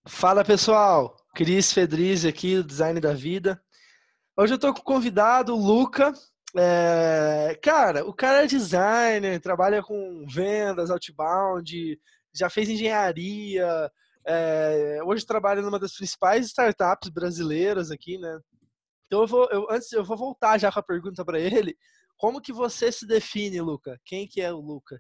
Fala pessoal, Cris Fedrizzi aqui do Design da Vida. Hoje eu tô com o convidado, o Luca. Cara, o cara é designer, trabalha com vendas, outbound, já fez engenharia, hoje trabalha numa das principais startups brasileiras aqui, né? Então antes eu vou voltar já com a pergunta para ele. Como que você se define, Luca? Quem que é o Luca?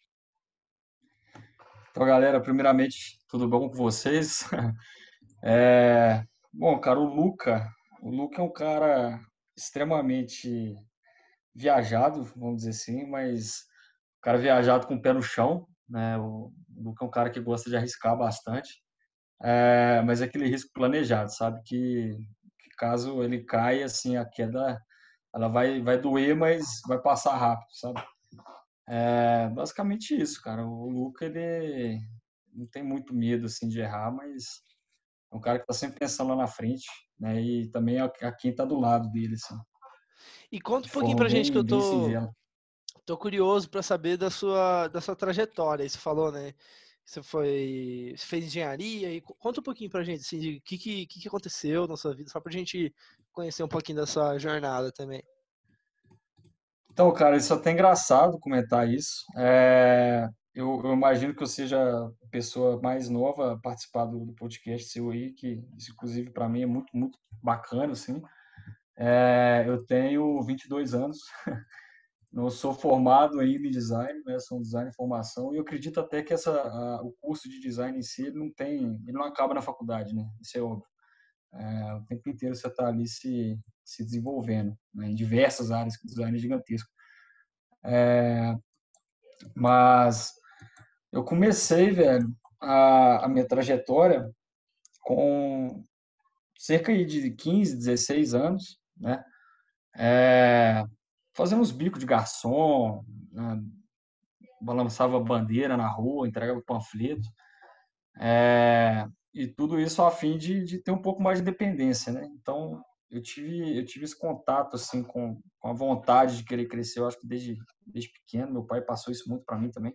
Então, galera, primeiramente, tudo bom com vocês? É, Bom, cara, o Luca é um cara extremamente viajado, vamos dizer assim, mas um cara viajado com o pé no chão, né? O Luca é um cara que gosta de arriscar bastante, mas é aquele risco planejado, sabe? Que caso ele caia, assim, a queda, ela vai doer, mas vai passar rápido, sabe? É basicamente isso, cara. O Luca, ele não tem muito medo, assim, de errar, mas é um cara que está sempre pensando lá na frente, né? E também a quem está do lado dele, assim, E conta de um pouquinho forma pra gente que eu bem tô, singela. tô curioso para saber da sua trajetória. Aí você falou, né? Você fez engenharia e conta um pouquinho pra gente, assim, de o que aconteceu na sua vida, só pra gente conhecer um pouquinho da sua jornada também. Então, cara, isso é até engraçado comentar isso. Eu imagino que eu seja a pessoa mais nova a participar do podcast seu aí, que isso, inclusive, para mim é muito, muito bacana, assim. Eu tenho 22 anos, não sou formado ainda em design, né? Sou um design de formação e eu acredito até que o curso de design em si ele não acaba na faculdade, né? Isso é óbvio. O tempo inteiro você está ali se desenvolvendo, né? Em diversas áreas, que o design é gigantesco. Mas eu comecei, velho, a minha trajetória com cerca aí de 15, 16 anos, né? Fazendo uns bicos de garçom, né? Balançava bandeira na rua, entregava panfleto, e tudo isso a fim de ter um pouco mais de independência, né? Então, eu tive esse contato, assim, com a vontade de querer crescer, eu acho que desde pequeno, meu pai passou isso muito para mim também,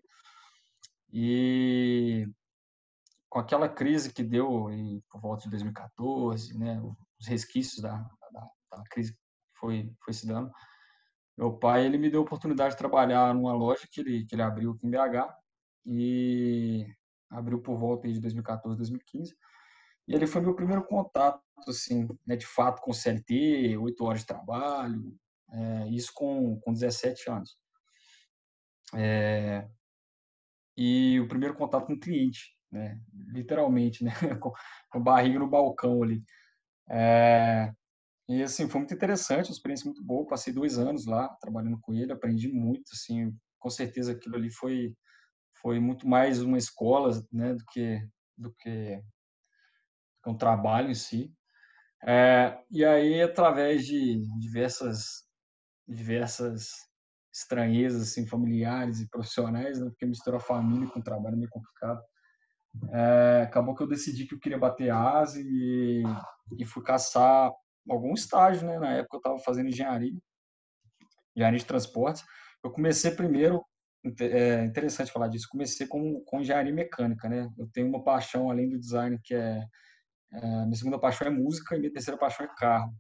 e com aquela crise que deu por volta de 2014, né? Os resquícios da crise que foi se dando, meu pai, ele me deu a oportunidade de trabalhar numa loja que ele abriu aqui em BH, e abriu por volta aí de 2014, 2015. E ele foi meu primeiro contato, assim, né, de fato, com CLT, 8 horas de trabalho, isso com 17 anos. E o primeiro contato com o cliente, né, literalmente, né, com a barriga no balcão ali. E, assim, foi muito interessante, uma experiência muito boa. Passei 2 anos lá trabalhando com ele, aprendi muito, assim, com certeza aquilo ali foi muito mais uma escola, né, do que um trabalho em si. E aí, através de diversas estranhezas assim, familiares e profissionais, né, porque misturar família com trabalho é meio complicado, acabou que eu decidi que eu queria bater asa e fui caçar algum estágio, né? Na época eu estava fazendo engenharia de transportes. Eu comecei primeiro, é interessante falar disso, comecei com engenharia mecânica, né? Eu tenho uma paixão além do design, que minha segunda paixão é música e minha terceira paixão é carro.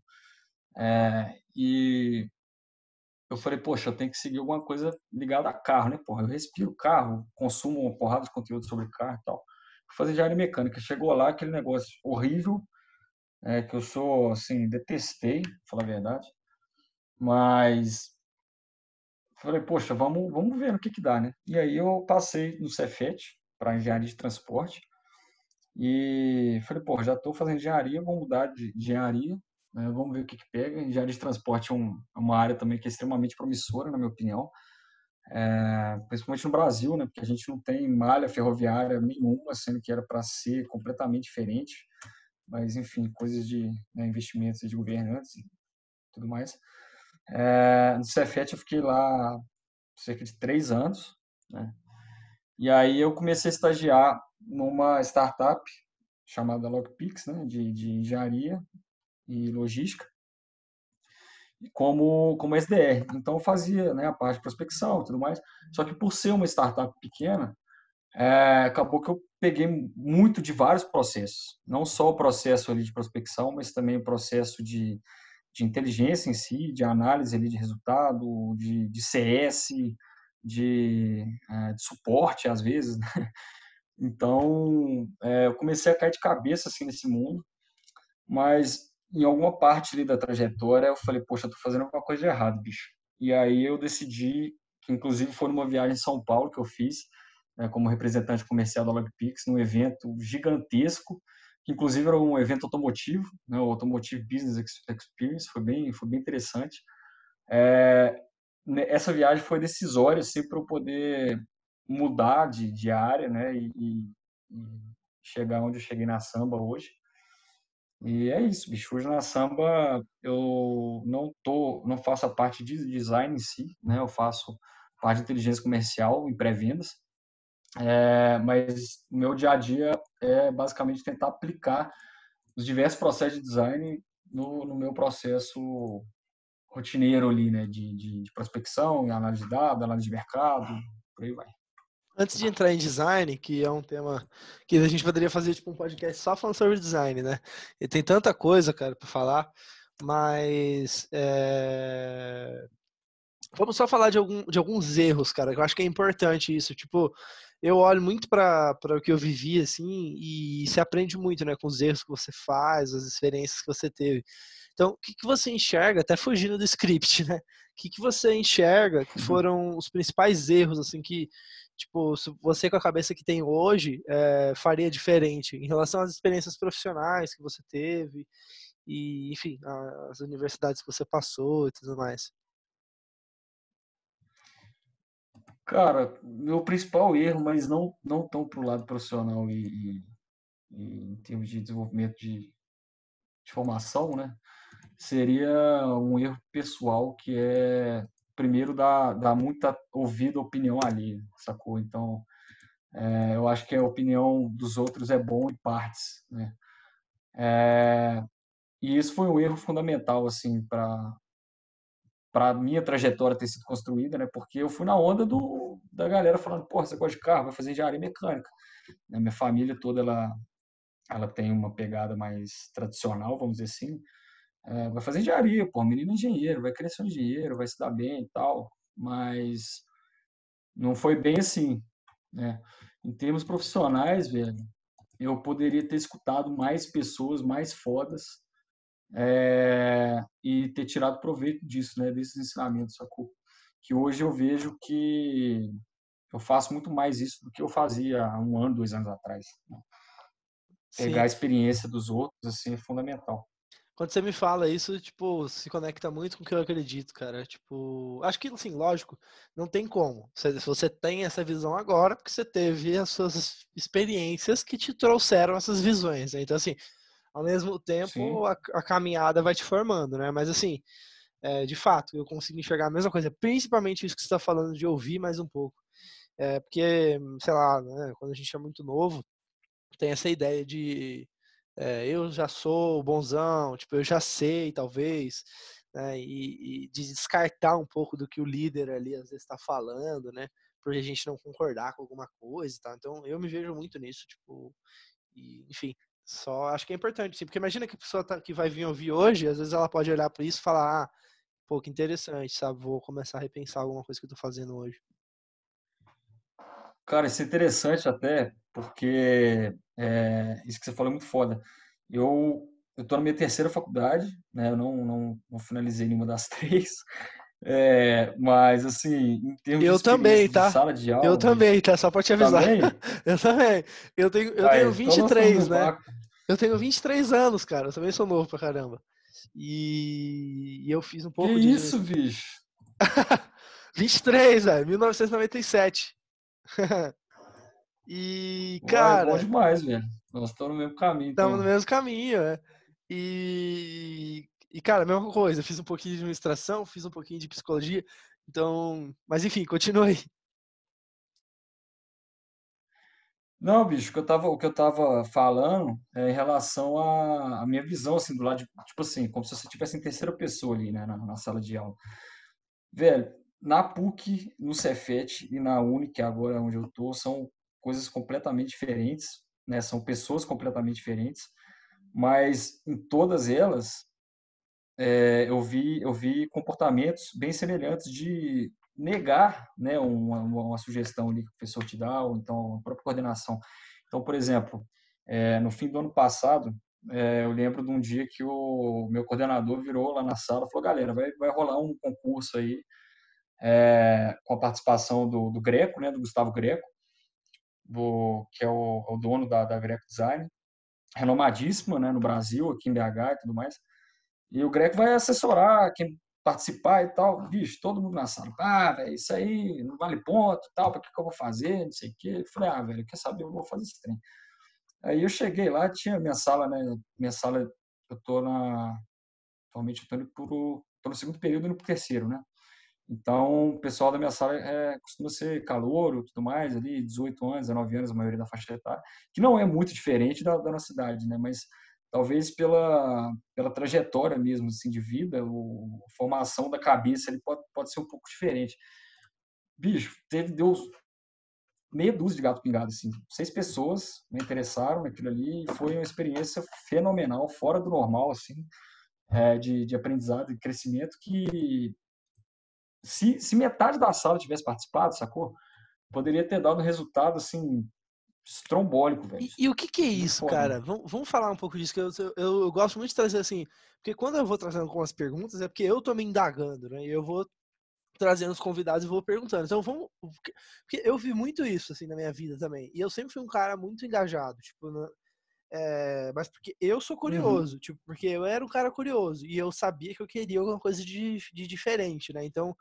E eu falei, poxa, eu tenho que seguir alguma coisa ligada a carro, né? Porra, eu respiro carro, consumo uma porrada de conteúdo sobre carro e tal. Fui fazer engenharia mecânica. Chegou lá aquele negócio horrível, que eu sou, assim, detestei, pra falar a verdade. Mas falei, poxa, vamos ver no que dá, né? E aí eu passei no Cefet para engenharia de transporte e falei, pô, já estou fazendo engenharia, vou mudar de engenharia, né? Vamos ver o que pega. Engenharia de transporte é uma área também que é extremamente promissora, na minha opinião, principalmente no Brasil, né? Porque a gente não tem malha ferroviária nenhuma, sendo que era para ser completamente diferente, mas enfim, coisas de, né, investimentos de governantes e tudo mais. No Cefet eu fiquei lá cerca de 3 anos, né? E aí eu comecei a estagiar numa startup chamada Logpix, né, de engenharia e logística, como SDR. Então eu fazia, né, a parte de prospecção e tudo mais. Só que por ser uma startup pequena, acabou que eu peguei muito de vários processos. Não só o processo ali de prospecção, mas também o processo de inteligência em si, de análise ali de resultado, de CS, de suporte às vezes, né? Então, eu comecei a cair de cabeça assim nesse mundo, mas em alguma parte ali da trajetória eu falei, poxa, eu tô fazendo alguma coisa de errado, bicho. E aí eu decidi, que inclusive foi numa viagem em São Paulo que eu fiz, né, como representante comercial da Logpix, num evento gigantesco, que inclusive era um evento automotivo, né, o Automotive Business Experience, foi bem interessante. Essa viagem foi decisória assim, para eu poder mudar de área, né, e chegar onde eu cheguei na samba hoje. E é isso, bicho. Hoje na samba eu não faço a parte de design em si, né? Eu faço parte de inteligência comercial e pré-vendas. Mas o meu dia a dia é basicamente tentar aplicar os diversos processos de design no meu processo rotineiro ali, né? De prospecção, análise de dados, análise de mercado, por aí vai. Antes de entrar em design, que é um tema que a gente poderia fazer tipo um podcast só falando sobre design, né? E tem tanta coisa, cara, para falar, mas vamos só falar de alguns erros, cara, que eu acho que é importante isso. Tipo, eu olho muito para o que eu vivi, assim, e se aprende muito, né, com os erros que você faz, as experiências que você teve. Então, o que que você enxerga, até fugindo do script, né? O que que você enxerga que foram os principais erros, assim, que, tipo, se você com a cabeça que tem hoje, faria diferente em relação às experiências profissionais que você teve e, enfim, as universidades que você passou e tudo mais. Cara, meu principal erro, mas não tão pro lado profissional e em termos de desenvolvimento de formação, né? Seria um erro pessoal que é, primeiro, dar muita ouvida à opinião alheia, sacou? Então, eu acho que a opinião dos outros é bom em partes, né? E isso foi um erro fundamental, assim, para minha trajetória ter sido construída, né? Porque eu fui na onda da galera falando, pô, você gosta de carro, vai fazer engenharia mecânica. Né? Minha família toda, ela tem uma pegada mais tradicional, vamos dizer assim. Vai fazer engenharia, pô, menino engenheiro, vai crescer um engenheiro, vai se dar bem e tal. Mas não foi bem assim, né? Em termos profissionais, velho, eu poderia ter escutado mais pessoas mais fodas, e ter tirado proveito disso, né? Desses ensinamentos, sacou? Que hoje eu vejo que eu faço muito mais isso do que eu fazia há um ano, 2 anos atrás. Né? Pegar Sim. a experiência dos outros, assim, é fundamental. Quando você me fala isso, tipo, se conecta muito com o que eu acredito, cara. Tipo, acho que, assim, lógico, não tem como. Se você tem essa visão agora, porque você teve as suas experiências que te trouxeram essas visões, né? Então, assim, ao mesmo tempo, Sim, a caminhada vai te formando, né? Mas, assim, de fato, eu consigo enxergar a mesma coisa, principalmente isso que você está falando de ouvir mais um pouco. Porque, sei lá, né, quando a gente é muito novo, tem essa ideia de eu já sou bonzão, tipo, eu já sei, talvez, né, e de descartar um pouco do que o líder ali às vezes está falando, né, por a gente não concordar com alguma coisa e tal. Então, eu me vejo muito nisso, tipo, e, enfim, só acho que é importante, sim, porque imagina que a pessoa que vai vir ouvir hoje, às vezes ela pode olhar para isso e falar, ah, pô, que interessante, sabe, vou começar a repensar alguma coisa que eu tô fazendo hoje. cara, isso é interessante até, porque isso que você falou é muito foda. Eu tô na minha terceira faculdade, né? Eu não finalizei nenhuma das três, mas assim, em termos de Eu também, experiência de tá? sala de Eu aula, bicho, também, tá? Só pra te avisar. também, Eu também. Eu tenho então nós estamos no 23, mesmo né? barco. Eu tenho 23 anos, cara. Eu também sou novo pra caramba. E eu fiz um Que pouco de isso, administração. bicho? 23, velho. 1997. E, Uai, bom cara, demais, velho. Nós estamos no mesmo caminho, estamos no então. mesmo caminho, né? E, cara, mesma coisa. Eu fiz um pouquinho de administração, fiz um pouquinho de psicologia. Então, mas enfim, continue. Não, bicho, o que eu tava falando é em relação à minha visão, assim, do lado de, tipo assim, como se você estivesse em terceira pessoa ali, né, na sala de aula. Velho, na PUC, no Cefet e na Uni, que é agora onde eu tô, são coisas completamente diferentes, né? São pessoas completamente diferentes, mas em todas elas eu vi comportamentos bem semelhantes de negar, né, uma sugestão ali que o professor te dá, ou então a própria coordenação. Então, por exemplo, no fim do ano passado, eu lembro de um dia que o meu coordenador virou lá na sala e falou: galera, vai rolar um concurso aí com a participação do Greco, né, do Gustavo Greco, que é o dono da Greco Design, renomadíssima, né, no Brasil, aqui em BH e tudo mais. E o Greco vai assessorar quem participar e tal. Bicho, todo mundo na sala. Ah, velho, isso aí não vale ponto e tal, para que eu vou fazer, não sei o quê. Eu falei, ah, velho, quer saber, eu vou fazer esse trem. Aí eu cheguei lá, tinha minha sala, né? Minha sala, eu tô na. Atualmente eu tô indo tô no segundo período e indo pro terceiro, né? Então, o pessoal da minha sala costuma ser calouro, tudo mais, ali, 18 anos, 19 anos, a maioria da faixa etária, que não é muito diferente da nossa idade, né? Mas talvez pela trajetória mesmo, assim, de vida, a formação da cabeça ele pode ser um pouco diferente. Bicho, deu meia dúzia de gato pingado, assim, 6 pessoas me interessaram naquilo ali e foi uma experiência fenomenal, fora do normal, assim, de aprendizado e crescimento que se metade da sala tivesse participado, sacou? Poderia ter dado um resultado, assim, estrombólico, velho. E o que que é Muito isso, foda. cara? Vamos falar um pouco disso, que eu gosto muito de trazer assim, porque quando eu vou trazendo algumas perguntas, é porque eu tô me indagando, né? E eu vou trazendo os convidados e vou perguntando. Então vamos. Porque eu vi muito isso, assim, na minha vida também. E eu sempre fui um cara muito engajado, tipo, mas porque eu sou Uhum. curioso, tipo, porque eu era um cara curioso e eu sabia que eu queria alguma coisa de diferente, né? Então,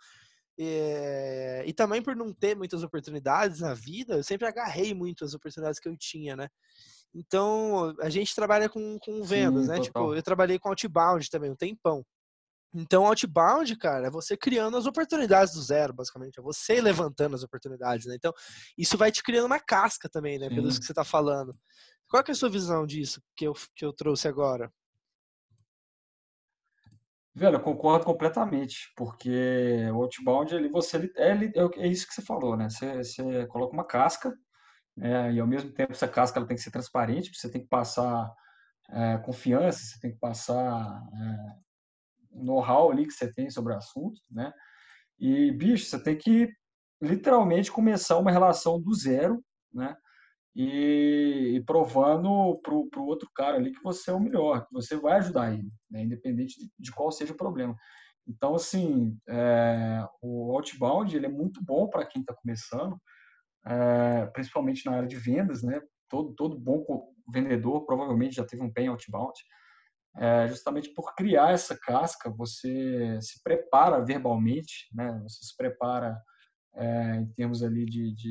e também por não ter muitas oportunidades na vida, eu sempre agarrei muito as oportunidades que eu tinha, né? Então, a gente trabalha com vendas, Sim, né? Tipo, total. eu trabalhei com outbound também um tempão. Então, outbound, cara, é você criando as oportunidades do zero, basicamente. É você levantando as oportunidades, né? Então, isso vai te criando uma casca também, né? Pelo isso que Sim. você tá falando. Qual que é a sua visão disso que eu trouxe agora? Velho, eu concordo completamente, porque o outbound, ele, é isso que você falou, né? Você coloca uma casca, né? E ao mesmo tempo essa casca ela tem que ser transparente, você tem que passar confiança, você tem que passar know-how ali que você tem sobre o assunto, né? E, bicho, você tem que literalmente começar uma relação do zero, né? E provando pro outro cara ali que você é o melhor, que você vai ajudar ele, né? Independente de qual seja o problema. Então, assim, o outbound ele é muito bom para quem está começando, principalmente na área de vendas, né? Todo bom vendedor provavelmente já teve um pé em outbound. Justamente por criar essa casca, você se prepara verbalmente, né? Você se prepara em termos ali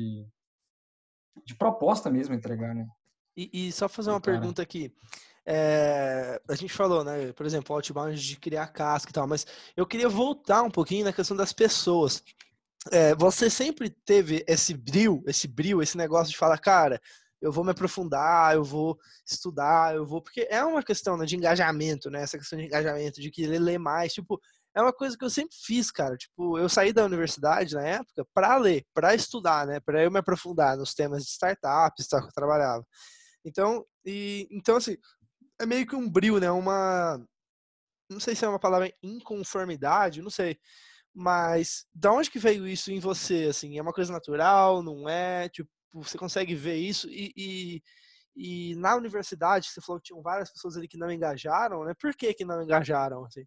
de proposta mesmo a entregar, né? E só fazer Pro uma cara. pergunta aqui. A gente falou, né? Por exemplo, o outbound de criar casca e tal, mas eu queria voltar um pouquinho na questão das pessoas. Você sempre teve esse negócio de falar, cara, eu vou me aprofundar, eu vou estudar, eu vou. Porque é uma questão, né, de engajamento, né? Essa questão de engajamento, de querer ler mais. Tipo, é uma coisa que eu sempre fiz, cara. Tipo, eu saí da universidade na época para ler, para estudar, né? Para eu me aprofundar nos temas de startups, tal, que eu trabalhava. Então, assim, é meio que um bril, né? Não sei se é uma palavra inconformidade, não sei. Mas da onde que veio isso em você, assim? É uma coisa natural, não é? Tipo, você consegue ver isso? E na universidade, você falou que tinham várias pessoas ali que não engajaram, né? Por que que não engajaram, assim?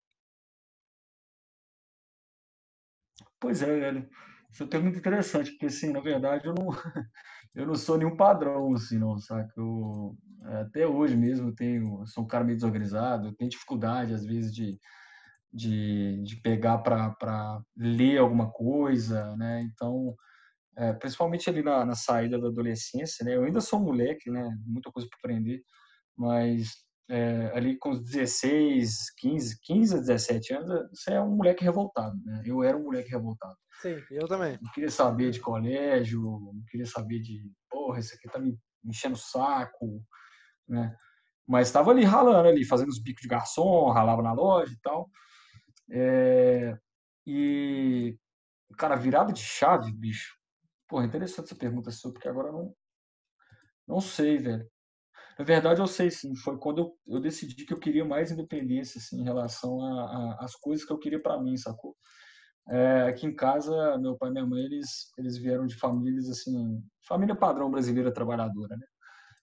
Pois é, velho. Isso é muito interessante, porque, assim, na verdade, eu não sou nenhum padrão, assim, não, saca? Até hoje mesmo, eu sou um cara meio desorganizado, eu tenho dificuldade, às vezes, de pegar para ler alguma coisa, né? Então, principalmente ali na saída da adolescência, né? Eu ainda sou moleque, né? Muita coisa para aprender, mas ali com os 16, 15 a 17 anos, você é um moleque revoltado, né? Eu era um moleque revoltado. Sim, eu também. Não queria saber de colégio, não queria saber de, porra, isso aqui tá me enchendo o saco, né? Mas estava ali ralando ali, fazendo os bicos de garçom, ralava na loja e tal. E, cara, virada de chave, bicho, Pô, interessante essa pergunta sua, porque agora eu não sei, velho. Na verdade, eu sei sim. Foi quando eu decidi que eu queria mais independência, assim, em relação às coisas que eu queria para mim, sacou? Aqui em casa, meu pai e minha mãe, eles vieram de famílias, assim, família padrão brasileira trabalhadora, né?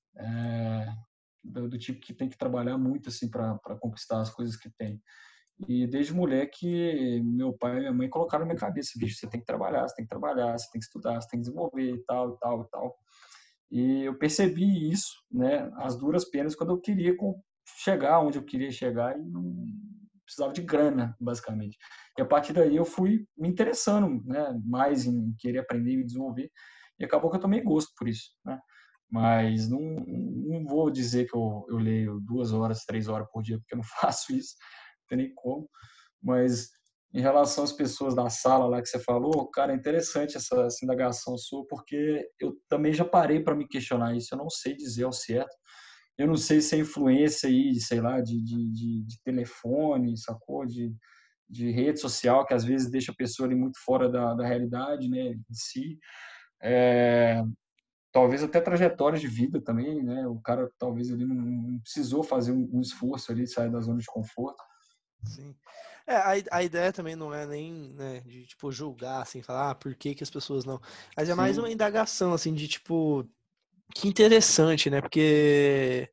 Do tipo que tem que trabalhar muito, assim, para conquistar as coisas que tem. E desde moleque, meu pai e minha mãe colocaram na minha cabeça, bicho, você tem que trabalhar, você tem que trabalhar, você tem que estudar, você tem que desenvolver e tal, e tal, e tal. E eu percebi isso, né, as duras penas, quando eu queria chegar onde eu queria chegar e não precisava de grana, basicamente. E a partir daí eu fui me interessando, né, mais em querer aprender e me desenvolver. E acabou que eu tomei gosto por isso, né? Mas não vou dizer que eu leio 2 horas, 3 horas por dia, porque eu não faço isso, não tem nem como. Mas em relação às pessoas da sala lá que você falou, cara, é interessante essa indagação sua, porque eu também já parei para me questionar isso. Eu não sei dizer ao certo. Eu não sei se é influência aí, sei lá, de telefone, sacou? De rede social, que às vezes deixa a pessoa ali muito fora da realidade, né, de si. É, talvez até trajetórias de vida também, né? O cara talvez ele não precisou fazer um esforço ali, sair da zona de conforto. Sim. A ideia também não é nem, né, de, tipo, julgar, assim, falar, por que que as pessoas não. Mas é mais uma Sim, indagação, assim, de, tipo, que interessante, né? Porque.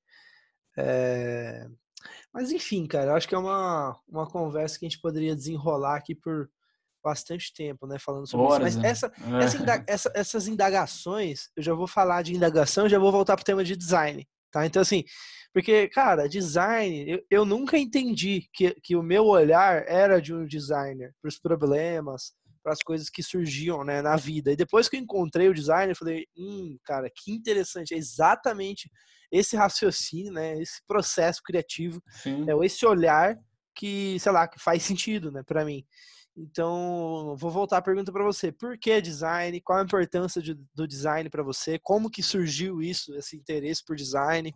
é, Mas, enfim, cara, eu acho que é uma conversa que a gente poderia desenrolar aqui por bastante tempo, né, falando sobre isso. horas, Mas né? essas indagações, eu já vou falar de indagação, já vou voltar pro tema de design, tá? Então, assim, porque, cara, design, eu nunca entendi que o meu olhar era de um designer para os problemas, para as coisas que surgiam, né, na vida. E depois que eu encontrei o design, eu falei, cara, que interessante, é exatamente esse raciocínio, né, esse processo criativo, Sim. esse olhar que, sei lá, que faz sentido, né, para mim. Então, vou voltar a pergunta para você. Por que design? Qual a importância do design para você? Como que surgiu isso, esse interesse por design?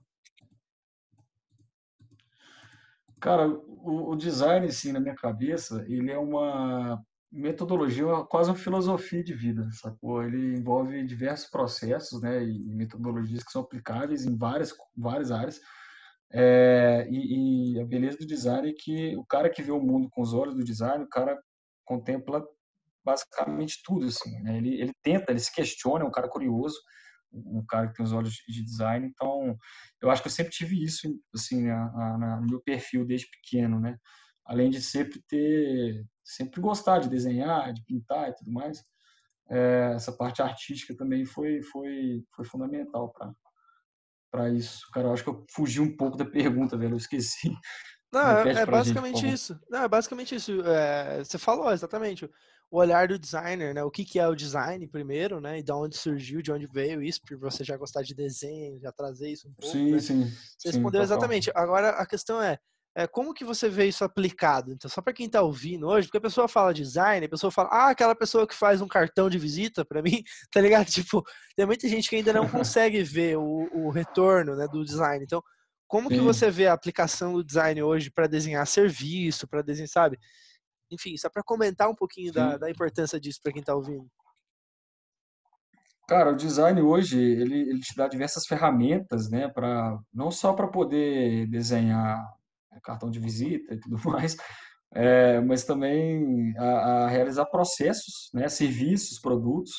Cara, o design, assim, na minha cabeça, ele é uma metodologia, quase uma filosofia de vida, sacou? Ele envolve diversos processos, né, e metodologias que são aplicáveis em várias áreas. E a beleza do design é que o cara que vê o mundo com os olhos do design, o cara contempla basicamente tudo, assim, né? Ele tenta, ele se questiona, é um cara curioso, um cara que tem os olhos de design. Então, eu acho que eu sempre tive isso, assim, no meu perfil desde pequeno, né? Além de sempre gostar de desenhar, de pintar e tudo mais, essa parte artística também foi fundamental para isso. Cara, eu acho que eu fugi um pouco da pergunta, velho, eu esqueci. Não, Repete é pra gente, por basicamente favor. isso. Não, é basicamente isso. Você falou exatamente. O olhar do designer, né? O que que é o design primeiro, né? E de onde surgiu, de onde veio isso, por você já gostar de desenho, já trazer isso um pouco, Sim, né? sim, Você sim, respondeu total. exatamente. Agora a questão é como que você vê isso aplicado? Então, só para quem está ouvindo hoje, porque a pessoa fala design, a pessoa fala, aquela pessoa que faz um cartão de visita para mim, tá ligado? Tipo, tem muita gente que ainda não consegue ver o retorno, né, do design. Então, como que Sim, você vê a aplicação do design hoje para desenhar serviço, para desenhar, sabe? Enfim, só para comentar um pouquinho sim. da importância disso para quem está ouvindo. Cara, o design hoje, ele te dá diversas ferramentas, né, não só para poder desenhar cartão de visita e tudo mais, mas também a realizar processos, né, serviços, produtos,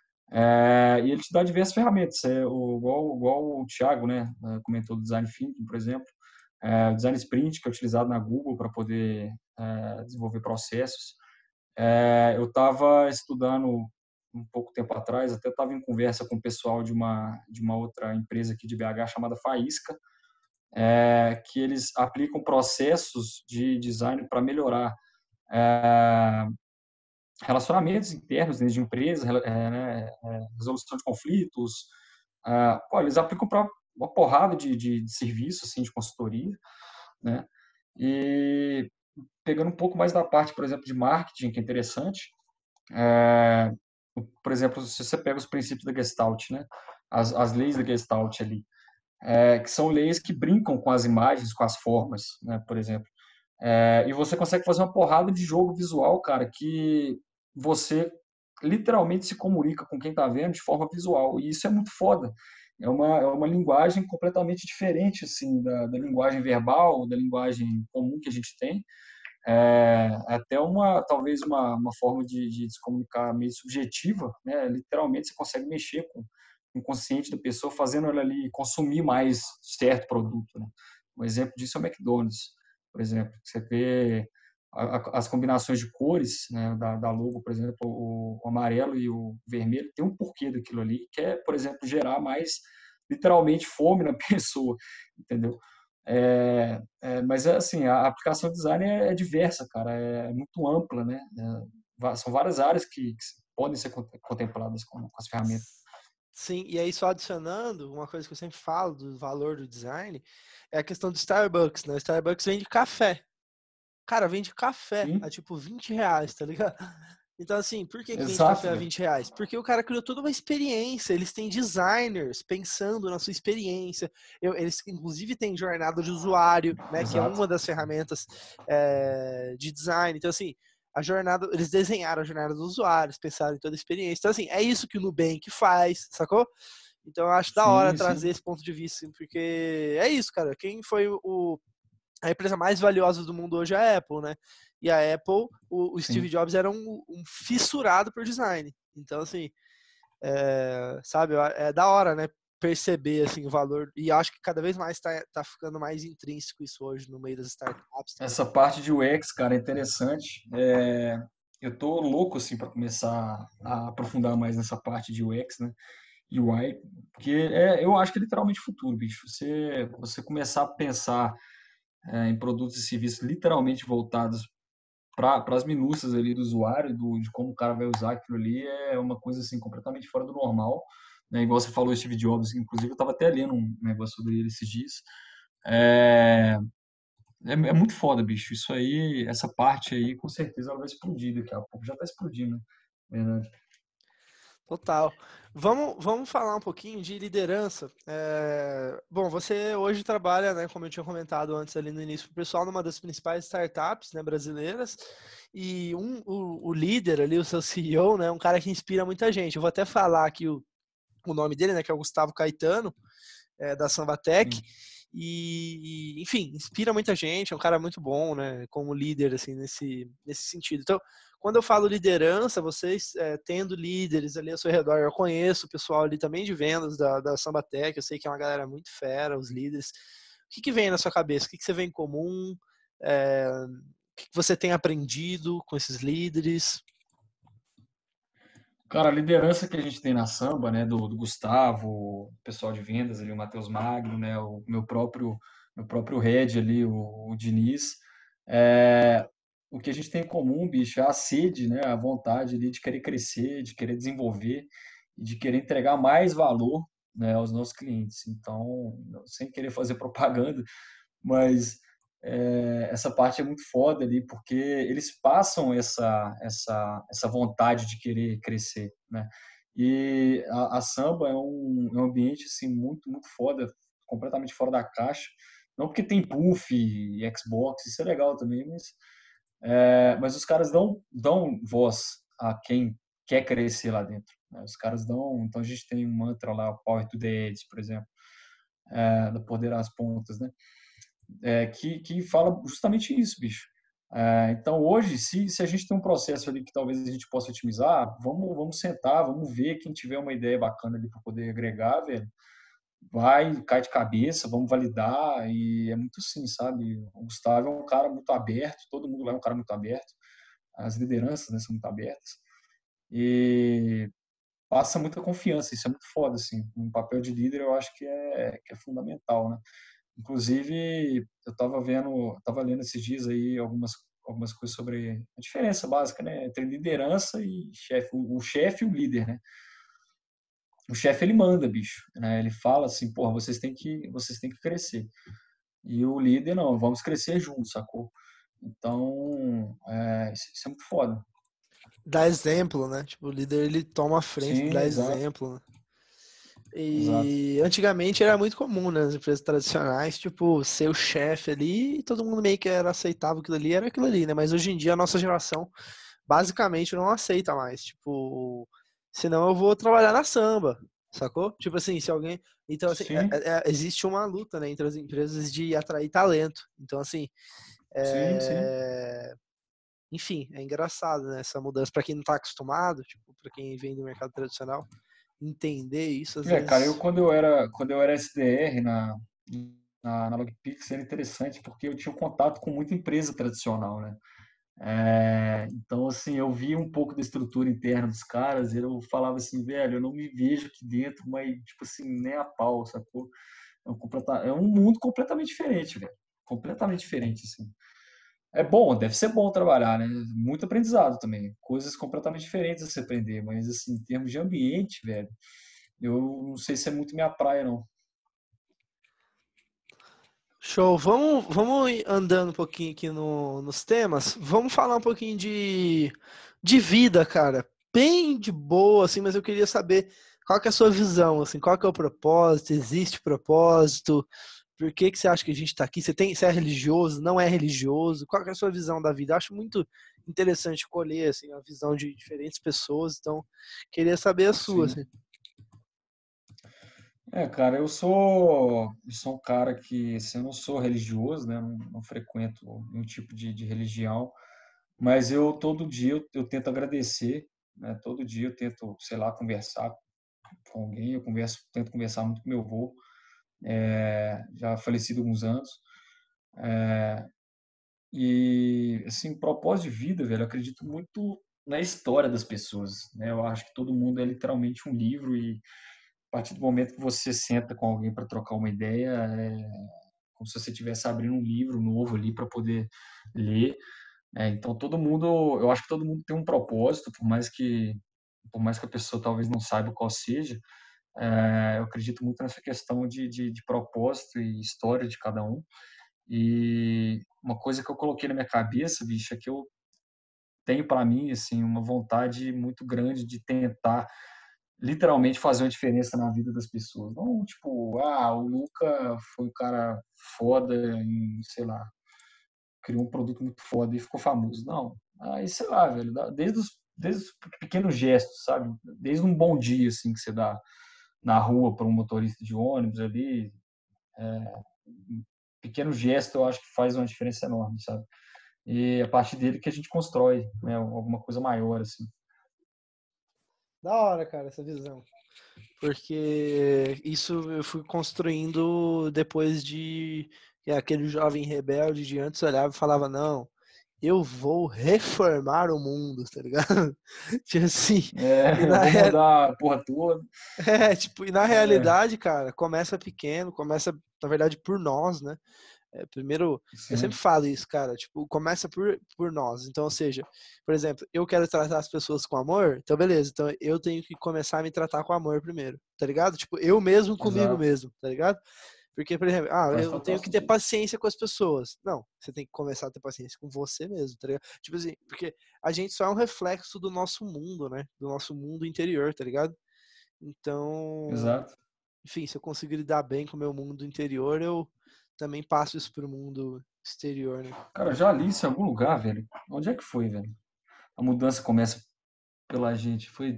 e ele te dá diversas ferramentas, igual o Thiago, né, comentou do Design Thinking, por exemplo, o Design Sprint, que é utilizado na Google para poder desenvolver processos. Eu estava estudando um pouco tempo atrás, até estava em conversa com o pessoal de uma outra empresa aqui de BH chamada Faísca, que eles aplicam processos de design para melhorar é, relacionamentos internos dentro de empresas, né, resolução de conflitos. Pô, eles aplicam para uma porrada de serviços assim, de consultoria, né? E pegando um pouco mais da parte, por exemplo, de marketing, que é interessante, é, por exemplo, se você pega os princípios da Gestalt, né? As leis da Gestalt ali, que são leis que brincam com as imagens, com as formas, né? Por exemplo. E você consegue fazer uma porrada de jogo visual, cara, que você literalmente se comunica com quem está vendo de forma visual. E isso é muito foda. É uma linguagem completamente diferente assim da linguagem verbal, da linguagem comum que a gente tem. É até talvez uma forma de se comunicar meio subjetiva, né? Literalmente você consegue mexer com o inconsciente da pessoa, fazendo ela ali consumir mais certo produto, né? Um exemplo disso é o McDonald's, por exemplo. Você vê as combinações de cores, né, da logo, por exemplo, o amarelo e o vermelho, tem um porquê daquilo ali, que é, por exemplo, gerar mais, literalmente, fome na pessoa, entendeu? Mas assim, a aplicação de design é diversa, cara, é muito ampla, né? São várias áreas que podem ser contempladas com as ferramentas. Sim, e aí só adicionando, uma coisa que eu sempre falo do valor do design é a questão do Starbucks, né? O Starbucks vende café. Cara, vende café a Sim, tipo R$ 20, tá ligado? Então, assim, por que vende café exato, a velho. R$ 20? Porque o cara criou toda uma experiência, eles têm designers pensando na sua experiência. Eles, inclusive, têm jornada de usuário, né? Que é Exato. uma das ferramentas de design. Então, assim, a jornada, eles desenharam a jornada dos usuários, pensaram em toda a experiência. Então, assim, é isso que o Nubank faz, sacou? Então, eu acho da hora Sim, trazer sim, esse ponto de vista, porque é isso, cara. Quem foi a empresa mais valiosa do mundo hoje é a Apple, né? E a Apple, o Steve sim. Jobs era um fissurado por design. Então, assim, sabe, é da hora, né? Perceber assim, o valor. E acho que cada vez mais tá ficando mais intrínseco isso hoje no meio das startups. Essa parte de UX, cara, é interessante. Eu tô louco, assim, para começar a aprofundar mais nessa parte de UX, né? UI, porque eu acho que é literalmente o futuro, bicho. Você começar a pensar em produtos e serviços literalmente voltados para as minúcias ali do usuário, de como o cara vai usar aquilo ali, é uma coisa assim completamente fora do normal. Né? Igual você falou, Steve Jobs, inclusive eu estava até lendo um negócio sobre ele esses dias. É, é muito foda, bicho. Isso aí, essa parte aí, com certeza ela vai explodir daqui a pouco. Já está explodindo, né? Verdade. Total. Vamos falar um pouquinho de liderança. Bom, você hoje trabalha, né, como eu tinha comentado antes ali no início, o pessoal numa das principais startups, né, brasileiras, e o líder ali, o seu CEO, né, um cara que inspira muita gente. Eu vou até falar aqui o nome dele, né, que é o Gustavo Caetano, da Sambatec. Sim. Enfim, inspira muita gente, é um cara muito bom, né, como líder, assim, nesse sentido. Então, quando eu falo liderança, vocês tendo líderes ali ao seu redor, eu conheço o pessoal ali também de vendas da Sambatec, eu sei que é uma galera muito fera, os líderes. O que vem na sua cabeça? O que você vê em comum? O que você tem aprendido com esses líderes? Cara, a liderança que a gente tem na samba, né, do Gustavo, o pessoal de vendas ali, o Matheus Magno, né, o meu próprio head ali, o Diniz, o que a gente tem em comum, bicho, é a sede, né, a vontade ali de querer crescer, de querer desenvolver e de querer entregar mais valor, né, aos nossos clientes. Então, sem querer fazer propaganda, mas essa parte é muito foda ali, porque eles passam essa vontade de querer crescer, né? E a samba é um ambiente assim, muito, muito foda, completamente fora da caixa. Não porque tem puff e Xbox, isso é legal também, mas os caras dão voz a quem quer crescer lá dentro. Né? Os caras dão. Então a gente tem um mantra lá, Power to the Edge, por exemplo, do poder às pontas, né? Que fala justamente isso, bicho. Então, hoje, se a gente tem um processo ali que talvez a gente possa otimizar, vamos sentar, vamos ver quem tiver uma ideia bacana ali para poder agregar, velho. Cai de cabeça, vamos validar, e é muito assim, sabe? O Gustavo é um cara muito aberto, todo mundo lá é um cara muito aberto, as lideranças, né, são muito abertas, e passa muita confiança, isso é muito foda, assim. Um papel de líder eu acho que é fundamental, né? Inclusive, eu estava lendo esses dias aí algumas coisas sobre a diferença básica, né, entre liderança e chefe. O chefe e o líder, né? O chefe ele manda, bicho, né? Ele fala assim, porra, vocês têm que crescer. E o líder não, vamos crescer juntos, sacou? Então, isso é muito foda. Dá exemplo, né? Tipo, o líder ele toma a frente, Sim, dá exato, exemplo, né? exato. E antigamente era muito comum, né, nas empresas tradicionais, tipo, ser o chefe ali e todo mundo meio que era aceitável aquilo ali, era aquilo ali, né? Mas hoje em dia a nossa geração basicamente não aceita mais. Tipo, senão eu vou trabalhar na samba, sacou? Tipo assim, se alguém. Então, assim, Sim, existe uma luta, né, entre as empresas de atrair talento. Então, assim, sim, sim. é... enfim, é engraçado, né, essa mudança. Para quem não tá acostumado, tipo, para quem vem do mercado tradicional, entender isso às Cara, eu vezes. quando eu era SDR na Logpix era interessante porque eu tinha um contato com muita empresa tradicional, né? Então, assim, eu via um pouco da estrutura interna dos caras e eu falava assim, velho, eu não me vejo aqui dentro, mas, tipo assim, nem a pau, sacou? É um mundo completamente diferente, velho. Completamente diferente, assim. É bom, deve ser bom trabalhar, né? Muito aprendizado também. Coisas completamente diferentes a se aprender, mas, assim, em termos de ambiente, velho, eu não sei se é muito minha praia, não. Show. Vamos ir andando um pouquinho aqui nos temas. Vamos falar um pouquinho de vida, cara. Bem de boa, assim, mas eu queria saber qual que é a sua visão, assim, qual que é o propósito? Existe propósito? Por que que você acha que a gente está aqui? Você é religioso? Não é religioso? Qual que é a sua visão da vida? Eu acho muito interessante colher, assim, a visão de diferentes pessoas, então queria saber a sua, Sim. assim. Cara, eu sou um cara que, assim, eu não sou religioso, né? Não frequento nenhum tipo de religião, mas eu todo dia eu tento agradecer, né? Todo dia eu tento, sei lá, conversar com alguém, tento conversar muito com meu avô, já falecido há alguns anos, e, assim, propósito de vida, velho, eu acredito muito na história das pessoas, né? Eu acho que todo mundo é literalmente um livro e a partir do momento que você senta com alguém para trocar uma ideia, como se você estivesse abrindo um livro novo ali para poder ler. Então todo mundo, eu acho que todo mundo tem um propósito, por mais que a pessoa talvez não saiba qual seja. Eu acredito muito nessa questão de propósito e história de cada um. E uma coisa que eu coloquei na minha cabeça, bicho, é que eu tenho para mim assim uma vontade muito grande de tentar literalmente fazer uma diferença na vida das pessoas. Não, tipo, o Luca foi um cara foda em, sei lá, criou um produto muito foda e ficou famoso. Não. Aí, sei lá, velho, desde os pequenos gestos, sabe? Desde um bom dia, assim, que você dá na rua para um motorista de ônibus ali, um pequeno gesto eu acho que faz uma diferença enorme, sabe? E a partir dele que a gente constrói, né, alguma coisa maior, assim. Da hora, cara, essa visão. Porque isso eu fui construindo depois de que aquele jovem rebelde de antes olhava e falava, não, eu vou reformar o mundo, tá ligado? Tipo assim, e Eu na, vou mudar a porra toda. tipo, e na É, realidade, cara, começa pequeno, começa, na verdade, por nós, né? Primeiro, eu sempre sim, falo isso, cara, tipo, começa por nós. Então, ou seja, por exemplo, eu quero tratar as pessoas com amor, então beleza, então eu tenho que começar a me tratar com amor primeiro, tá ligado? Tipo, eu mesmo comigo exato. mesmo, tá ligado? Porque, por exemplo, Faz eu total tenho que ter sentido. paciência com as pessoas. Não, você tem que começar a ter paciência com você mesmo, tá ligado? Tipo assim, porque a gente só é um reflexo do nosso mundo, né? Do nosso mundo interior, tá ligado? Então, Exato. enfim, se eu conseguir lidar bem com o meu mundo interior, eu também passo isso pro mundo exterior, né? Cara, eu já li isso em algum lugar, velho. Onde é que foi, velho? A mudança começa pela gente. Foi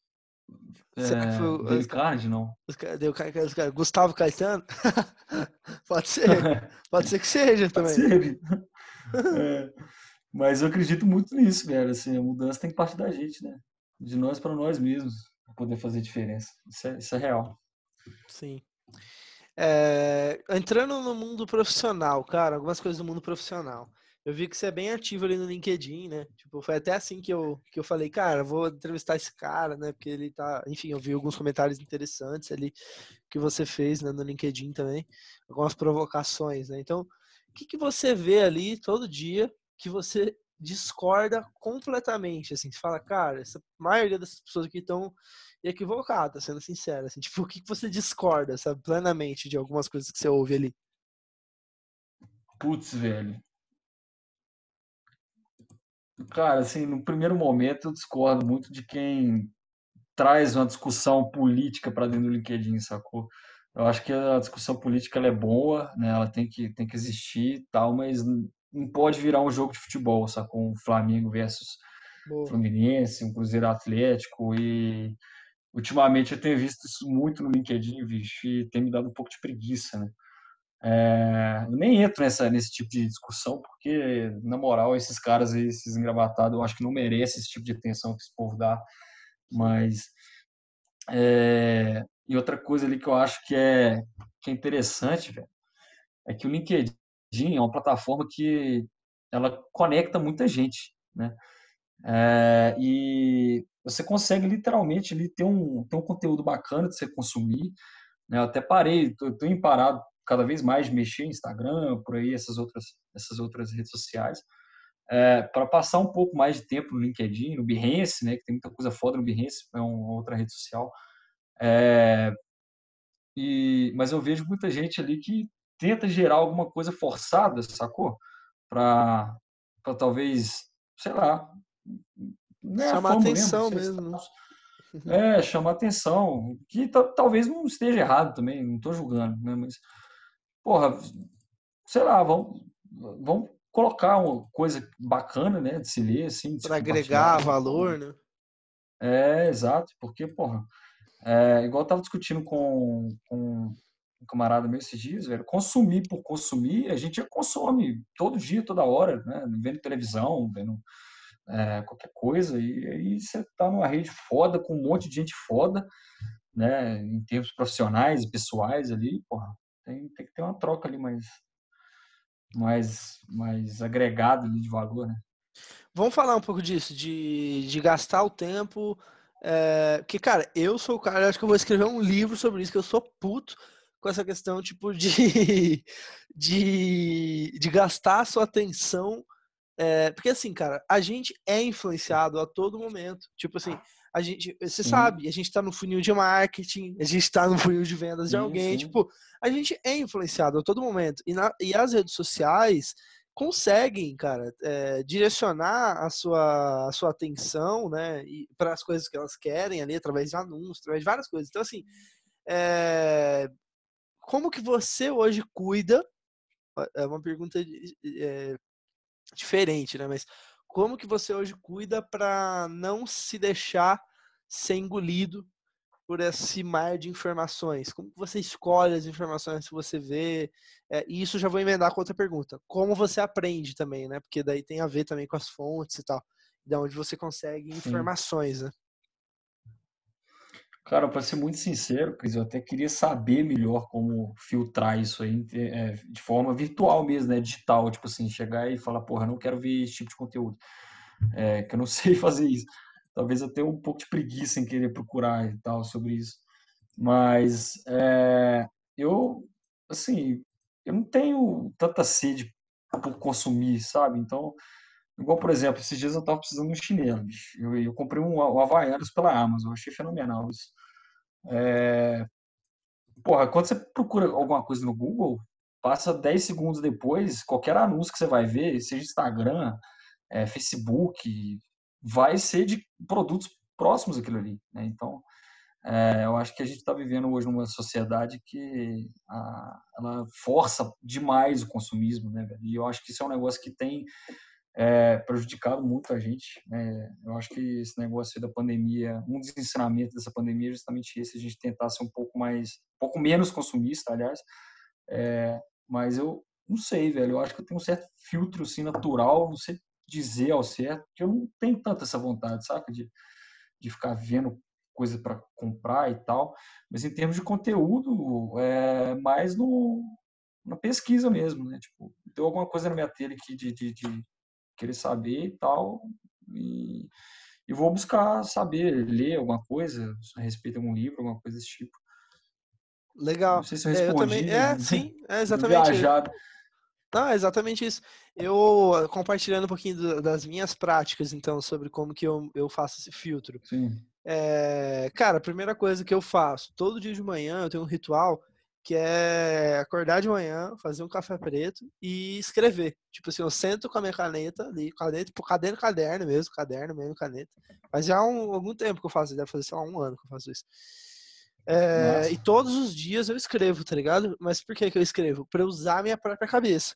Será que foi Dale Carnegie, não? Gustavo Caetano? Pode ser. Pode ser que seja Pode também. ser. É, mas eu acredito muito nisso, velho. Assim, a mudança tem que partir da gente, né? De nós para nós mesmos, pra poder fazer diferença. Isso é real. Sim. Entrando no mundo profissional, cara, algumas coisas do mundo profissional. Eu vi que você é bem ativo ali no LinkedIn, né? Tipo, foi até assim que eu falei, cara, vou entrevistar esse cara, né? Porque ele tá. Enfim, eu vi alguns comentários interessantes ali que você fez, né, no LinkedIn também. Algumas provocações, né? Então, o que que você vê ali todo dia que você discorda completamente? Assim, você fala, cara, essa maioria dessas pessoas aqui estão equivocada, sendo sincero, assim, tipo, o que que você discorda, sabe, plenamente de algumas coisas que você ouve ali? Putz, velho. Cara, assim, no primeiro momento eu discordo muito de quem traz uma discussão política para dentro do LinkedIn, sacou? Eu acho que a discussão política ela é boa, né? Ela tem que existir e tal, mas não pode virar um jogo de futebol, sacou? Um Flamengo versus Boa. Fluminense, um Cruzeiro Atlético, e ultimamente eu tenho visto isso muito no LinkedIn, bicho, e tem me dado um pouco de preguiça, né? Eu nem entro nesse tipo de discussão, porque, na moral, esses caras aí, esses engravatados, eu acho que não merecem esse tipo de atenção que esse povo dá. Sim. Mas, e outra coisa ali que eu acho que é interessante, velho, é que o LinkedIn é uma plataforma que ela conecta muita gente, né? E você consegue literalmente ali ter um conteúdo bacana de você consumir, né? Eu até parei, tô parado cada vez mais de mexer em Instagram, por aí, essas outras redes sociais, para passar um pouco mais de tempo no LinkedIn, no Behance, né? Que tem muita coisa foda no Behance, é uma outra rede social. Mas eu vejo muita gente ali que tenta gerar alguma coisa forçada, sacou? Para talvez, sei lá, não é a Chamar fama mesmo, atenção ser mesmo, né? status. Chamar atenção, que talvez não esteja errado também, não estou julgando, né? Mas, porra, sei lá, vamos colocar uma coisa bacana, né, de se ler, assim, de se Para compartilhar, agregar alguma valor, coisa. né? Exato, porque, porra, igual eu tava discutindo com um camarada meu esses dias, velho, consumir por consumir, a gente já consome todo dia, toda hora, né, vendo televisão, vendo qualquer coisa, e aí você tá numa rede foda, com um monte de gente foda, né, em termos profissionais e pessoais ali, porra, tem que ter uma troca ali mais agregada ali de valor, né? Vamos falar um pouco disso, de gastar o tempo. Que, cara, eu sou o cara, eu acho que eu vou escrever um livro sobre isso, que eu sou puto com essa questão, tipo, de gastar a sua atenção. Porque assim, cara, a gente é influenciado a todo momento. Tipo assim, você Sim, sabe, a gente tá no funil de marketing, a gente tá no funil de vendas de sim, alguém, sim, tipo, a gente é influenciado a todo momento. E as redes sociais conseguem, cara, direcionar a sua atenção, né, para as coisas que elas querem ali, através de anúncios, através de várias coisas. Então, assim, é, como que você hoje cuida? É uma pergunta diferente, né? Mas como que você hoje cuida para não se deixar ser engolido por esse mar de informações? Como que você escolhe as informações que você vê? E isso já vou emendar com outra pergunta. Como você aprende também, né? Porque daí tem a ver também com as fontes e tal. Da onde você consegue sim. informações, né? Cara, para ser muito sincero, Cris, eu até queria saber melhor como filtrar isso aí de forma virtual mesmo, né? Digital, tipo assim, chegar e falar, porra, não quero ver esse tipo de conteúdo. Que eu não sei fazer isso. Talvez eu tenha um pouco de preguiça em querer procurar e tal sobre isso. Mas eu, assim, eu não tenho tanta sede por consumir, sabe? Então, igual, por exemplo, esses dias eu tava precisando de um chinelo, bicho. Eu comprei um Havaianas pela Amazon, eu achei fenomenal isso. Porra, quando você procura alguma coisa no Google, passa 10 segundos depois, qualquer anúncio que você vai ver, seja Instagram, Facebook, vai ser de produtos próximos àquilo ali, né? Então, eu acho que a gente está vivendo hoje numa sociedade que ela força demais o consumismo, né, velho? E eu acho que isso é um negócio que tem prejudicado muito a gente, né? Eu acho que esse negócio da pandemia, um dos ensinamentos dessa pandemia é justamente esse, a gente tentar ser um pouco menos consumista, aliás, mas eu não sei, velho, eu acho que eu tenho um certo filtro, assim, natural, não sei dizer ao certo, que eu não tenho tanta essa vontade, saca, de ficar vendo coisa para comprar e tal, mas em termos de conteúdo, mais na pesquisa mesmo, né, tipo, tem alguma coisa na minha telha aqui de querer saber e tal, e, e vou buscar saber, ler alguma coisa a respeito de algum livro, alguma coisa desse tipo. Não Legal. sei se eu Eu também. respondi, Sim, é meio exatamente. viajado. Não, é exatamente isso. Eu compartilhando um pouquinho das minhas práticas, então, sobre como que eu faço esse filtro. Sim. Cara, a primeira coisa que eu faço, todo dia de manhã eu tenho um ritual que é acordar de manhã, fazer um café preto e escrever. Tipo assim, eu sento com a minha caneta ali, caneta, tipo, caderno mesmo, caneta. Mas já há algum tempo que eu faço, deve fazer, sei lá, um ano que eu faço isso. E Massa. todos os dias eu escrevo, tá ligado? Mas por que que eu escrevo? Pra eu usar a minha própria cabeça.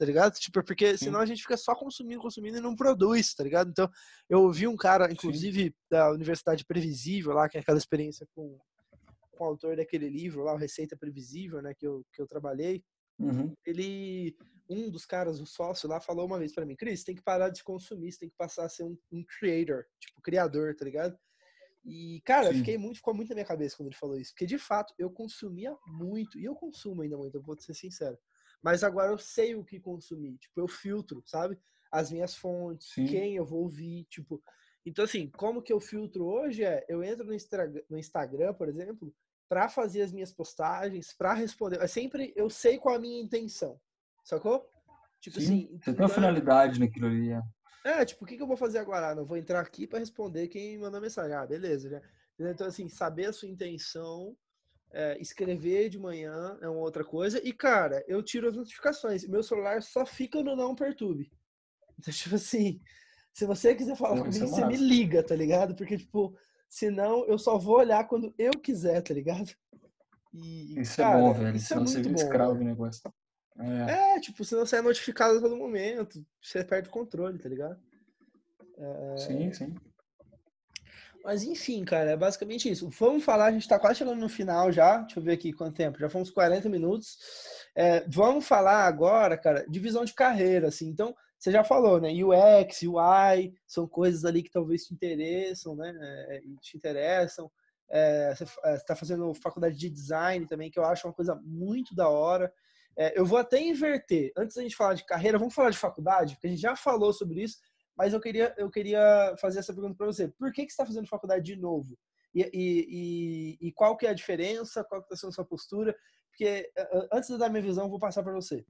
tá ligado? Tipo, porque senão sim, a gente fica só consumindo e não produz, tá ligado? Então, eu ouvi um cara, sim. inclusive, da Universidade Previsível lá, que é aquela experiência com o autor daquele livro lá, o Receita Previsível, né, que eu trabalhei. Uhum, Um dos caras, o sócio lá, falou uma vez pra mim, Cris, tem que parar de consumir, você tem que passar a ser um creator, tipo, criador, tá ligado? E, cara, sim, ficou muito na minha cabeça quando ele falou isso. Porque, de fato, eu consumia muito. E eu consumo ainda muito, eu vou ser sincero. Mas agora eu sei o que consumir. Tipo, eu filtro, sabe? As minhas fontes, sim. quem eu vou ouvir, tipo... Então, assim, como que eu filtro hoje eu entro no Instagram, por exemplo, para fazer as minhas postagens, para responder. É sempre, eu sei qual a minha intenção, sacou? Tipo Sim, assim, você tem uma então finalidade naquilo ali. tipo, o que que eu vou fazer agora? Ah, não vou entrar aqui para responder quem mandou mensagem. Ah, beleza, né? Então, assim, saber a sua intenção, escrever de manhã é uma outra coisa. E, cara, eu tiro as notificações. Meu celular só fica no não perturbe. Então, tipo assim, se você quiser falar Pô, isso comigo, é você me massa. liga, tá ligado? Porque, tipo, senão eu só vou olhar quando eu quiser, tá ligado? E, Isso é bom, cara, velho. isso é Senão você muito vira bom, escravo velho. do negócio. É, Tipo, senão você é notificado a todo momento, você perde o controle, tá ligado? sim, sim. Mas enfim, cara, é basicamente isso. Vamos falar, a gente tá quase chegando no final já. Deixa eu ver aqui quanto tempo. Já fomos 40 minutos. Vamos falar agora, cara, de visão de carreira, assim. Então, você já falou, né? UX, UI, são coisas ali que talvez te interessam, né? E te interessam. Você está fazendo faculdade de design também, que eu acho uma coisa muito da hora. Eu vou até inverter. Antes da gente falar de carreira, vamos falar de faculdade, porque a gente já falou sobre isso. Mas eu queria fazer essa pergunta para você. Por que você está fazendo faculdade de novo? E qual que é a diferença? Qual que está sendo a sua postura? Porque antes de dar minha visão, eu vou passar para você.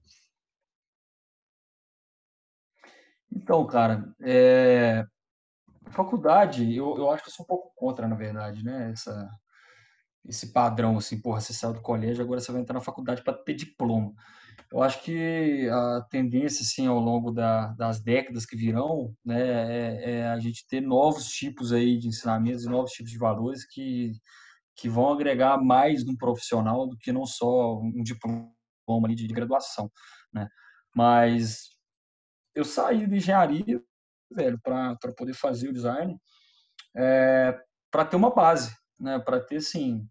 Então, cara, faculdade, eu acho que eu sou um pouco contra, na verdade, né? Esse padrão, assim, porra, você saiu do colégio, agora você vai entrar na faculdade para ter diploma. Eu acho que a tendência, assim, ao longo das décadas que virão, né, é a gente ter novos tipos aí de ensinamentos e novos tipos de valores que vão agregar mais no profissional do que não só um diploma ali de graduação, né? Mas eu saí de engenharia, velho, para poder fazer o design, para ter uma base, né? Para ter, assim,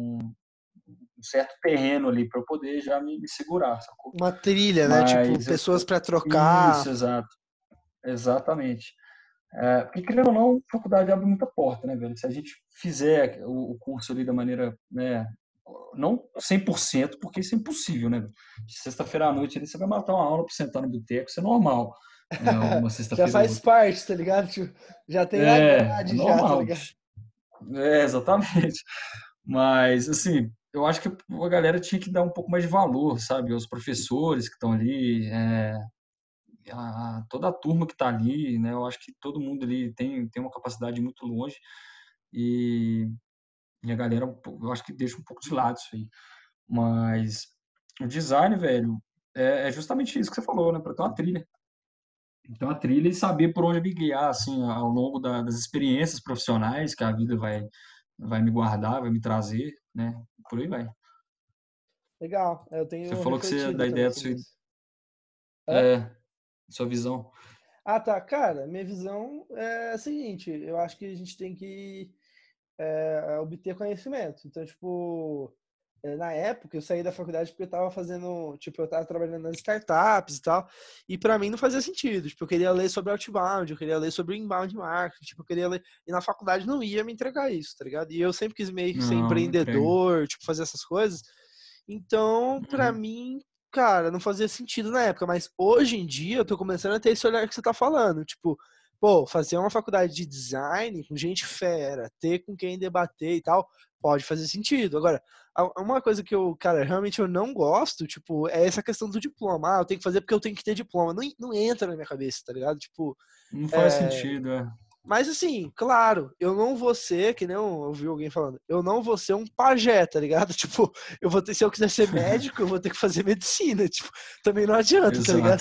um certo terreno ali para eu poder já me segurar, sacou? Uma trilha, né? Tipo, Mas pessoas para isso, trocar. exato, exatamente. Porque, querendo ou não, a faculdade abre muita porta, né, velho? Se a gente fizer o curso ali da maneira, né, não 100%, porque isso é impossível, né? De sexta-feira à noite ali, você vai matar uma aula para sentar no boteco, isso é normal, né? Uma Já sexta-feira ou faz outra. parte, tá ligado? Tipo, já tem na É grade já, tá normal, ligado? bicho. Exatamente. Mas, assim, eu acho que a galera tinha que dar um pouco mais de valor, sabe? Os professores que estão ali, toda a turma que está ali, né? Eu acho que todo mundo ali tem uma capacidade muito longe e, e a galera, eu acho que deixa um pouco de lado isso aí. Mas o design, velho, é justamente isso que você falou, né? Para ter uma trilha. Então, a trilha e saber por onde me guiar, assim, ao longo das experiências profissionais que a vida vai me guardar, vai me trazer, né? Por aí vai. Legal. Eu Você tenho falou que você refletido dá também ideia sobre isso. Hã? é, sua visão. Ah, tá. Cara, minha visão é a seguinte. Eu acho que a gente tem que obter conhecimento. Então, tipo, na época eu saí da faculdade porque eu tava fazendo, tipo, eu tava trabalhando nas startups e tal, e pra mim não fazia sentido. Tipo, eu queria ler sobre outbound, eu queria ler sobre inbound marketing, tipo, eu queria ler, e na faculdade não ia me entregar isso, tá ligado? E eu sempre quis meio que ser Não, não entrega. empreendedor, tipo, fazer essas coisas. Então, pra Uhum. mim, cara, não fazia sentido na época, mas hoje em dia eu tô começando a ter esse olhar que você tá falando, tipo, pô, fazer uma faculdade de design com gente fera, ter com quem debater e tal, pode fazer sentido. Agora, uma coisa que eu, cara, realmente eu não gosto, tipo, é essa questão do diploma. Ah, eu tenho que fazer porque eu tenho que ter diploma. Não, não entra na minha cabeça, tá ligado? Tipo, Não faz é... sentido, é. mas assim, claro, eu não vou ser, que nem eu ouvi alguém falando, eu não vou ser um pajé, tá ligado? Tipo, eu vou ter, se eu quiser ser médico, eu vou ter que fazer medicina, tipo, também não adianta, tá ligado? Exato.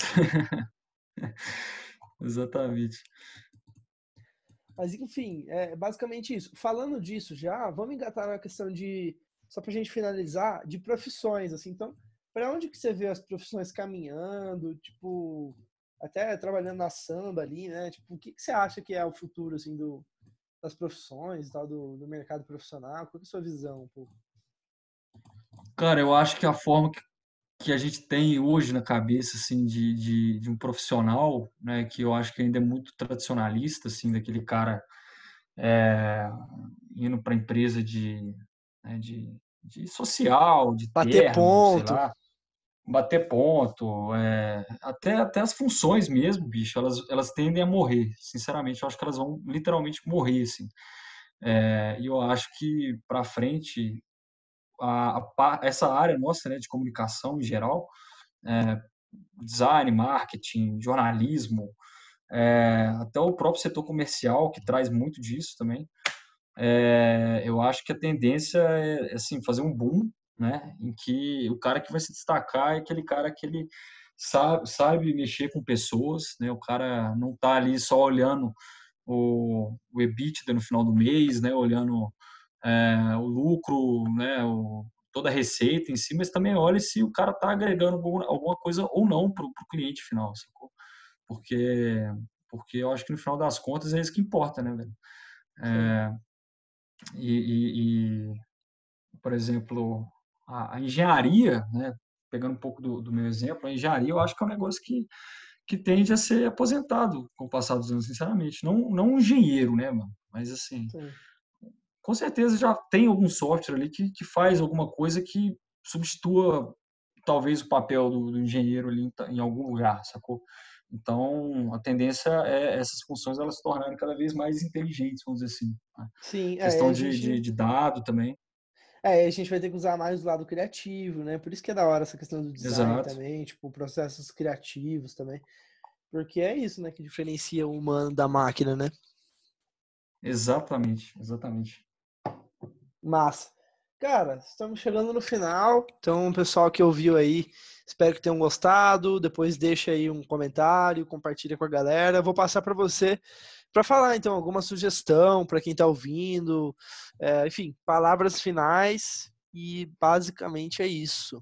Exatamente. Mas enfim, é basicamente isso. Falando disso já, vamos engatar na questão de, só pra gente finalizar, de profissões, assim. Então, para onde que você vê as profissões caminhando, tipo, até trabalhando na samba ali, né? Tipo, o que que você acha que é o futuro, assim, das profissões e tal, do mercado profissional? Qual que é a sua visão, um pouco? Cara, eu acho que a forma que a gente tem hoje na cabeça, assim, de um profissional, né, que eu acho que ainda é muito tradicionalista, assim, daquele cara é, indo para empresa né, de social, de Bater terno, sei ponto. lá, bater ponto, até as funções mesmo, bicho, elas tendem a morrer. Sinceramente, eu acho que elas vão literalmente morrer, assim. E eu acho que para frente, essa área nossa, né, de comunicação em geral, design, marketing, jornalismo, até o próprio setor comercial, que traz muito disso também, eu acho que a tendência é assim, fazer um boom, né, em que o cara que vai se destacar é aquele cara que ele sabe mexer com pessoas, né, o cara não está ali só olhando o EBITDA no final do mês, né, olhando o lucro, né, toda a receita em si, mas também olha se o cara está agregando alguma coisa ou não para o cliente final, sacou? Porque, porque eu acho que no final das contas é isso que importa, né, velho? Sim. E, por exemplo, a engenharia, né, pegando um pouco do meu exemplo, a engenharia eu acho que é um negócio que tende a ser aposentado com o passar dos anos, sinceramente. Não um engenheiro, né, mano? Mas assim, Sim. com certeza já tem algum software ali que faz alguma coisa que substitua talvez o papel do engenheiro ali em algum lugar, sacou? Então, a tendência é essas funções elas se tornarem cada vez mais inteligentes, vamos dizer assim, né? Sim, Questão de dado também. a gente vai ter que usar mais o lado criativo, né? Por isso que é da hora essa questão do design Exato, também, tipo, processos criativos também. Porque é isso, né, que diferencia o humano da máquina, né? exatamente, exatamente. Massa. Cara, estamos chegando no final. Então, o pessoal que ouviu aí, espero que tenham gostado. Depois deixa aí um comentário, compartilha com a galera. Eu vou passar para você para falar, então, alguma sugestão para quem está ouvindo. Enfim, palavras finais. E basicamente é isso.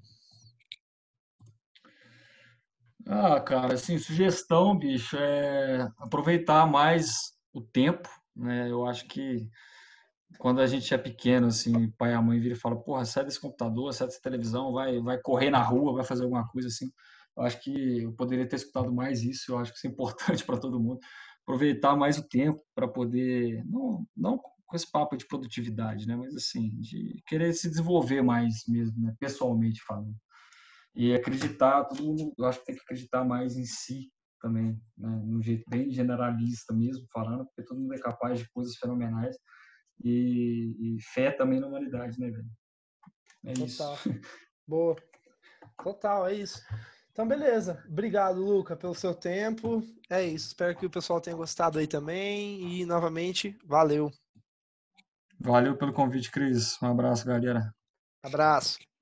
Ah, cara, assim, sugestão, bicho, é aproveitar mais o tempo, né? Eu acho que quando a gente é pequeno, assim, o pai e a mãe viram e falam, porra, sai desse computador, sai dessa televisão, vai correr na rua, vai fazer alguma coisa assim. Eu acho que eu poderia ter escutado mais isso, eu acho que isso é importante para todo mundo. Aproveitar mais o tempo para poder, não com esse papo de produtividade, né? Mas assim, de querer se desenvolver mais mesmo, né? Pessoalmente falando. E acreditar, todo mundo, eu acho que tem que acreditar mais em si também, né? De um jeito bem generalista mesmo, falando, porque todo mundo é capaz de coisas fenomenais e fé também na humanidade, né, velho? É isso. Total. Boa. Total, é isso. Então, beleza. Obrigado, Luca, pelo seu tempo. É isso. Espero que o pessoal tenha gostado aí também. E, novamente, valeu. Valeu pelo convite, Cris. Um abraço, galera. Abraço.